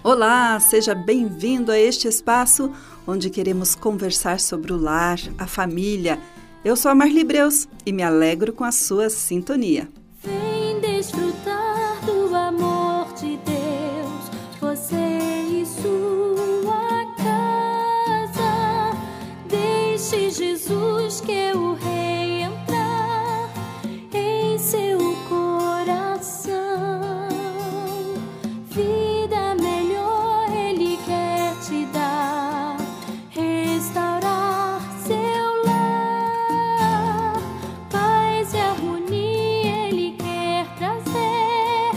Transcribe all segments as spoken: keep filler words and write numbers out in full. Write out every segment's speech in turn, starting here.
Olá, seja bem-vindo a este espaço onde queremos conversar sobre o lar, a família. Eu sou a Marli Breus e me alegro com a sua sintonia. Vem desfrutar do amor de Deus, você e sua casa. Deixe Jesus, que é o Rei, entrar em seu coração. Vida melhor Ele quer te dar, restaurar seu lar. Paz e harmonia Ele quer trazer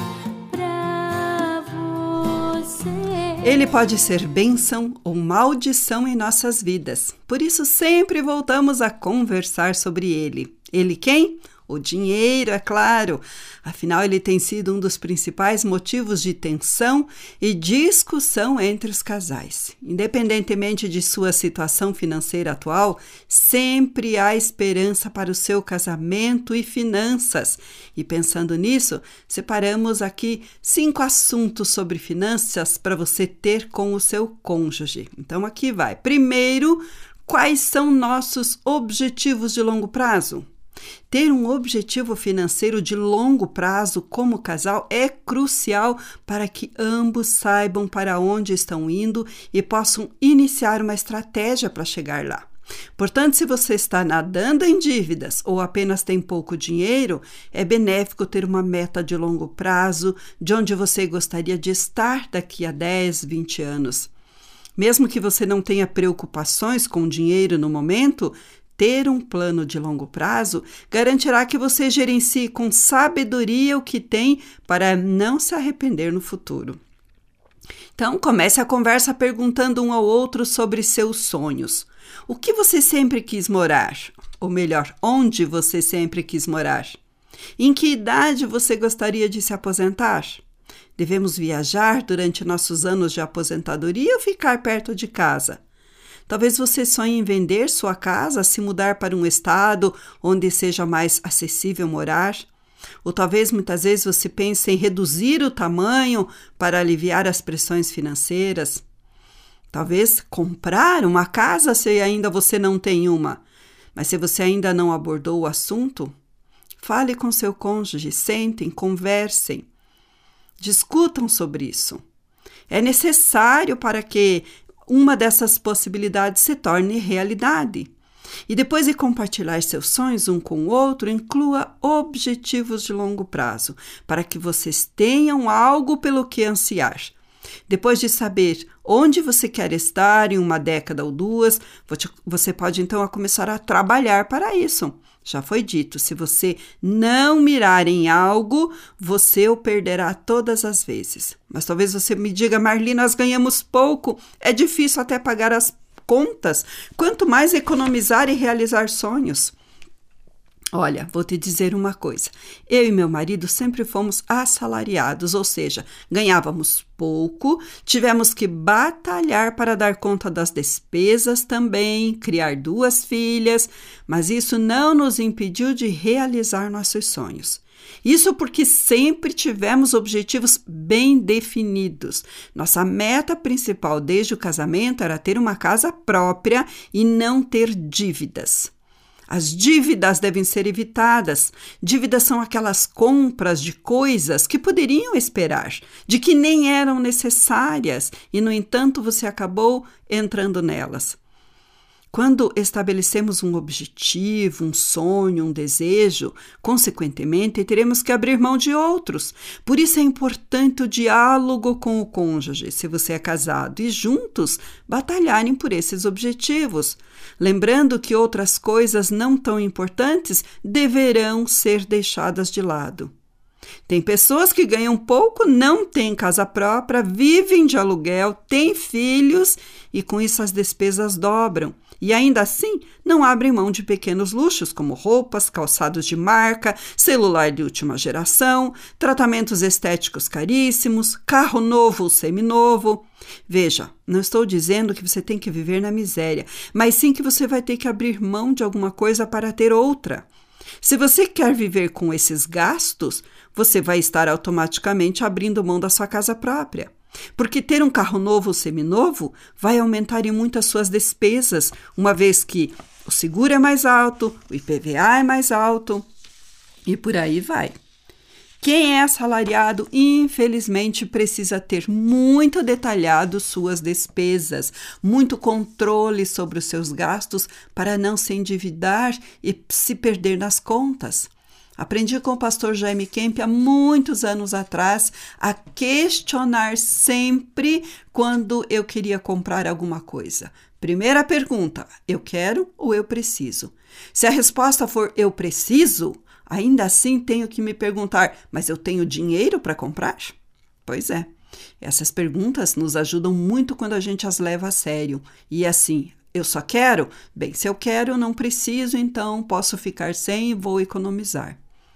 pra você. Ele pode ser bênção ou maldição em nossas vidas. Por isso sempre voltamos a conversar sobre ele. Ele quem? O dinheiro, é claro. Afinal, ele tem sido um dos principais motivos de tensão e discussão entre os casais. Independentemente de sua situação financeira atual, sempre há esperança para o seu casamento e finanças. E pensando nisso, separamos aqui cinco assuntos sobre finanças para você ter com o seu cônjuge. Então, aqui vai. Primeiro, quais são nossos objetivos de longo prazo? Ter um objetivo financeiro de longo prazo como casal é crucial para que ambos saibam para onde estão indo e possam iniciar uma estratégia para chegar lá. Portanto, se você está nadando em dívidas ou apenas tem pouco dinheiro, é benéfico ter uma meta de longo prazo de onde você gostaria de estar daqui a dez, vinte anos. Mesmo que você não tenha preocupações com dinheiro no momento, ter um plano de longo prazo garantirá que você gerencie com sabedoria o que tem para não se arrepender no futuro. Então, comece a conversa perguntando um ao outro sobre seus sonhos. O que você sempre quis morar? Ou melhor, onde você sempre quis morar? Em que idade você gostaria de se aposentar? Devemos viajar durante nossos anos de aposentadoria ou ficar perto de casa? Talvez você sonhe em vender sua casa, se mudar para um estado onde seja mais acessível morar. Ou talvez muitas vezes você pense em reduzir o tamanho para aliviar as pressões financeiras. Talvez comprar uma casa se ainda você não tem uma. Mas se você ainda não abordou o assunto, fale com seu cônjuge, sentem, conversem. Discutam sobre isso. É necessário para que uma dessas possibilidades se torne realidade. E depois de compartilhar seus sonhos um com o outro, inclua objetivos de longo prazo, para que vocês tenham algo pelo que ansiar. Depois de saber onde você quer estar em uma década ou duas, você pode então começar a trabalhar para isso. Já foi dito, se você não mirar em algo, você o perderá todas as vezes. Mas talvez você me diga, Marli, nós ganhamos pouco, é difícil até pagar as contas, quanto mais economizar e realizar sonhos. Olha, vou te dizer uma coisa, eu e meu marido sempre fomos assalariados, ou seja, ganhávamos pouco, tivemos que batalhar para dar conta das despesas também, criar duas filhas, mas isso não nos impediu de realizar nossos sonhos. Isso porque sempre tivemos objetivos bem definidos. Nossa meta principal desde o casamento era ter uma casa própria e não ter dívidas. As dívidas devem ser evitadas. Dívidas são aquelas compras de coisas que poderiam esperar, de que nem eram necessárias e, no entanto, você acabou entrando nelas. Quando estabelecemos um objetivo, um sonho, um desejo, consequentemente, teremos que abrir mão de outros. Por isso é importante o diálogo com o cônjuge, se você é casado, e juntos batalharem por esses objetivos. Lembrando que outras coisas não tão importantes deverão ser deixadas de lado. Tem pessoas que ganham pouco, não têm casa própria, vivem de aluguel, têm filhos e com isso as despesas dobram. E ainda assim, não abrem mão de pequenos luxos como roupas, calçados de marca, celular de última geração, tratamentos estéticos caríssimos, carro novo ou seminovo. Veja, não estou dizendo que você tem que viver na miséria, mas sim que você vai ter que abrir mão de alguma coisa para ter outra. Se você quer viver com esses gastos, você vai estar automaticamente abrindo mão da sua casa própria. Porque ter um carro novo ou seminovo vai aumentar em muito as suas despesas, uma vez que o seguro é mais alto, o I P V A é mais alto e por aí vai. Quem é assalariado, infelizmente, precisa ter muito detalhado suas despesas, muito controle sobre os seus gastos para não se endividar e se perder nas contas. Aprendi com o pastor Jaime Kemp há muitos anos atrás a questionar sempre quando eu queria comprar alguma coisa. Primeira pergunta, eu quero ou eu preciso? Se a resposta for eu preciso, ainda assim tenho que me perguntar, mas eu tenho dinheiro para comprar? Pois é, essas perguntas nos ajudam muito quando a gente as leva a sério. E assim, eu só quero? Bem, se eu quero, eu não preciso, então posso ficar sem e vou economizar.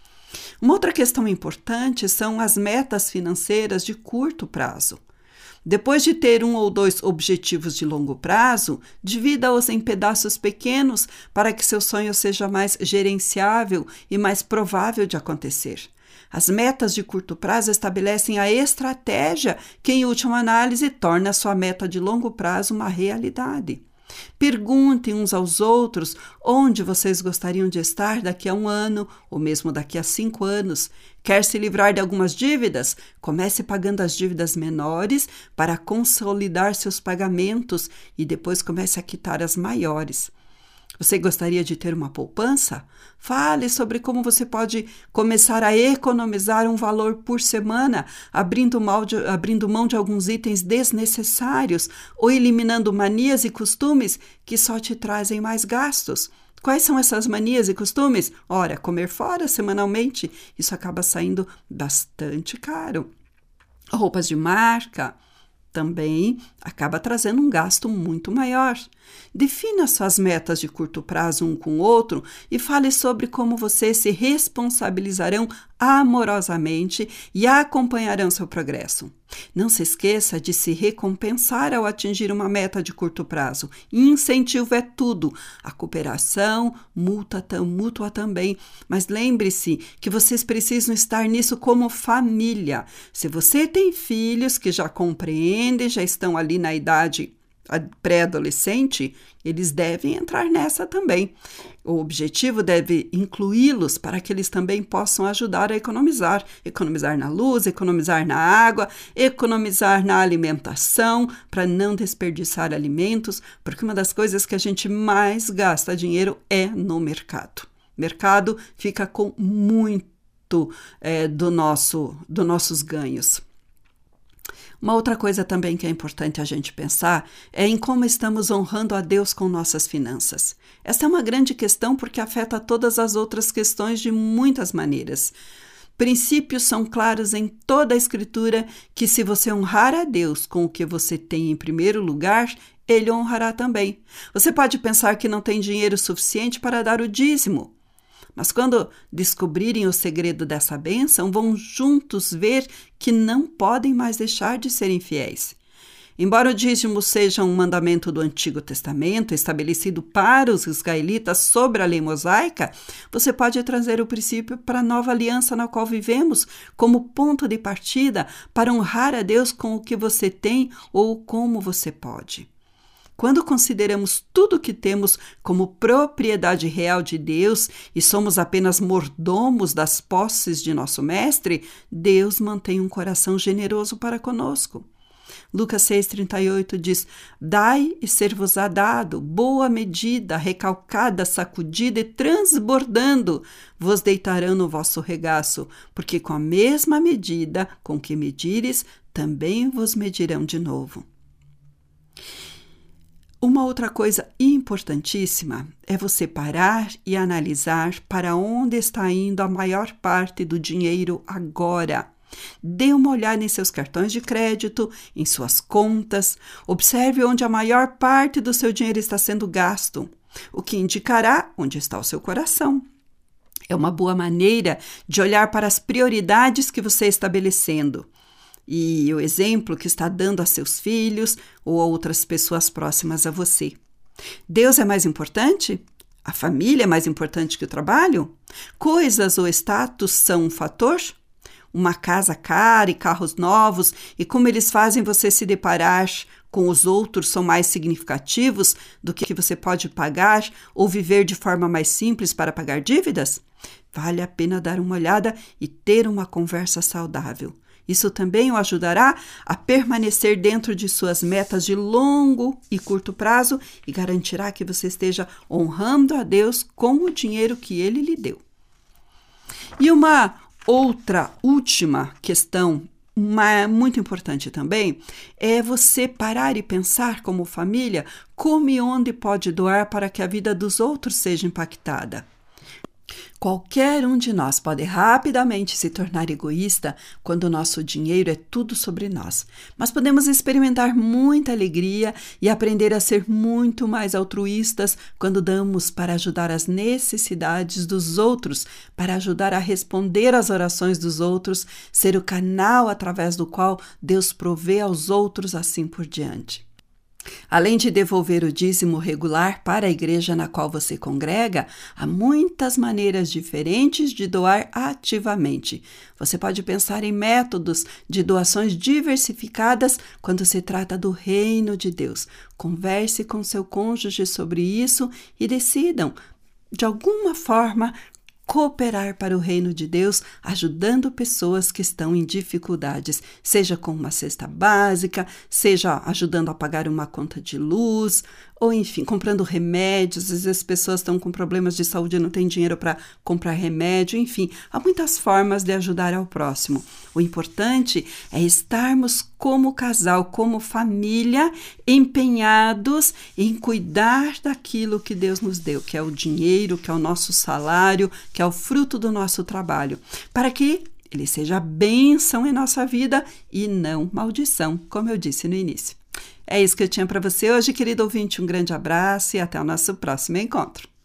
Uma outra questão importante são as metas financeiras de curto prazo. Depois de ter um ou dois objetivos de longo prazo, divida-os em pedaços pequenos para que seu sonho seja mais gerenciável e mais provável de acontecer. As metas de curto prazo estabelecem a estratégia que, em última análise, torna a sua meta de longo prazo uma realidade. Perguntem uns aos outros onde vocês gostariam de estar daqui a um ano ou mesmo daqui a cinco anos. Quer se livrar de algumas dívidas? Comece pagando as dívidas menores para consolidar seus pagamentos e depois comece a quitar as maiores. Você gostaria de ter uma poupança? Fale sobre como você pode começar a economizar um valor por semana, abrindo mão de, abrindo mão de alguns itens desnecessários ou eliminando manias e costumes que só te trazem mais gastos. Quais são essas manias e costumes? Ora, comer fora semanalmente, isso acaba saindo bastante caro. Roupas de marca também acaba trazendo um gasto muito maior. Defina suas metas de curto prazo um com o outro e fale sobre como vocês se responsabilizarão amorosamente e acompanharão seu progresso. Não se esqueça de se recompensar ao atingir uma meta de curto prazo. Incentivo é tudo. A cooperação mútua, mútua também. Mas lembre-se que vocês precisam estar nisso como família. Se você tem filhos que já compreendem, já estão ali na idade pré-adolescente, eles devem entrar nessa também. O objetivo deve incluí-los para que eles também possam ajudar a economizar. Economizar na luz, economizar na água, economizar na alimentação, para não desperdiçar alimentos, porque uma das coisas que a gente mais gasta dinheiro é no mercado. O mercado fica com muito é, do nosso, dos nossos ganhos. Uma outra coisa também que é importante a gente pensar é em como estamos honrando a Deus com nossas finanças. Essa é uma grande questão porque afeta todas as outras questões de muitas maneiras. Princípios são claros em toda a Escritura que se você honrar a Deus com o que você tem em primeiro lugar, Ele honrará também. Você pode pensar que não tem dinheiro suficiente para dar o dízimo. Mas quando descobrirem o segredo dessa bênção, vão juntos ver que não podem mais deixar de serem fiéis. Embora o dízimo seja um mandamento do Antigo Testamento, estabelecido para os israelitas sobre a lei mosaica, você pode trazer o princípio para a nova aliança na qual vivemos, como ponto de partida para honrar a Deus com o que você tem ou como você pode. Quando consideramos tudo o que temos como propriedade real de Deus e somos apenas mordomos das posses de nosso Mestre, Deus mantém um coração generoso para conosco. Lucas seis, trinta e oito diz: Dai e ser-vos-á dado, boa medida, recalcada, sacudida e transbordando, vos deitarão no vosso regaço, porque com a mesma medida com que medires, também vos medirão de novo. Uma outra coisa importantíssima é você parar e analisar para onde está indo a maior parte do dinheiro agora. Dê uma olhada em seus cartões de crédito, em suas contas, observe onde a maior parte do seu dinheiro está sendo gasto, o que indicará onde está o seu coração. É uma boa maneira de olhar para as prioridades que você está estabelecendo e o exemplo que está dando a seus filhos ou a outras pessoas próximas a você. Deus é mais importante? A família é mais importante que o trabalho? Coisas ou status são um fator? uma casa cara e carros novos e como eles fazem você se deparar com os outros são mais significativos do que você pode pagar ou viver de forma mais simples para pagar dívidas? Vale a pena dar uma olhada e ter uma conversa saudável. Isso também o ajudará a permanecer dentro de suas metas de longo e curto prazo e garantirá que você esteja honrando a Deus com o dinheiro que Ele lhe deu. E uma outra última questão, uma, muito importante também, é você parar e pensar como família como e onde pode doar para que a vida dos outros seja impactada. Qualquer um de nós pode rapidamente se tornar egoísta quando o nosso dinheiro é tudo sobre nós, mas podemos experimentar muita alegria e aprender a ser muito mais altruístas quando damos para ajudar as necessidades dos outros, para ajudar a responder às orações dos outros, ser o canal através do qual Deus provê aos outros, assim por diante. Além de devolver o dízimo regular para a igreja na qual você congrega, há muitas maneiras diferentes de doar ativamente. Você pode pensar em métodos de doações diversificadas quando se trata do reino de Deus. Converse com seu cônjuge sobre isso e decidam, de alguma forma, cooperar para o reino de Deus, ajudando pessoas que estão em dificuldades, seja com uma cesta básica, seja ajudando a pagar uma conta de luz, ou enfim, comprando remédios. Às vezes as pessoas estão com problemas de saúde e não têm dinheiro para comprar remédio, enfim, há muitas formas de ajudar ao próximo. O importante é estarmos como casal, como família, empenhados em cuidar daquilo que Deus nos deu, que é o dinheiro, que é o nosso salário, que é o fruto do nosso trabalho, para que ele seja bênção em nossa vida e não maldição, como eu disse no início. É isso que eu tinha para você hoje, querido ouvinte. Um grande abraço e até o nosso próximo encontro.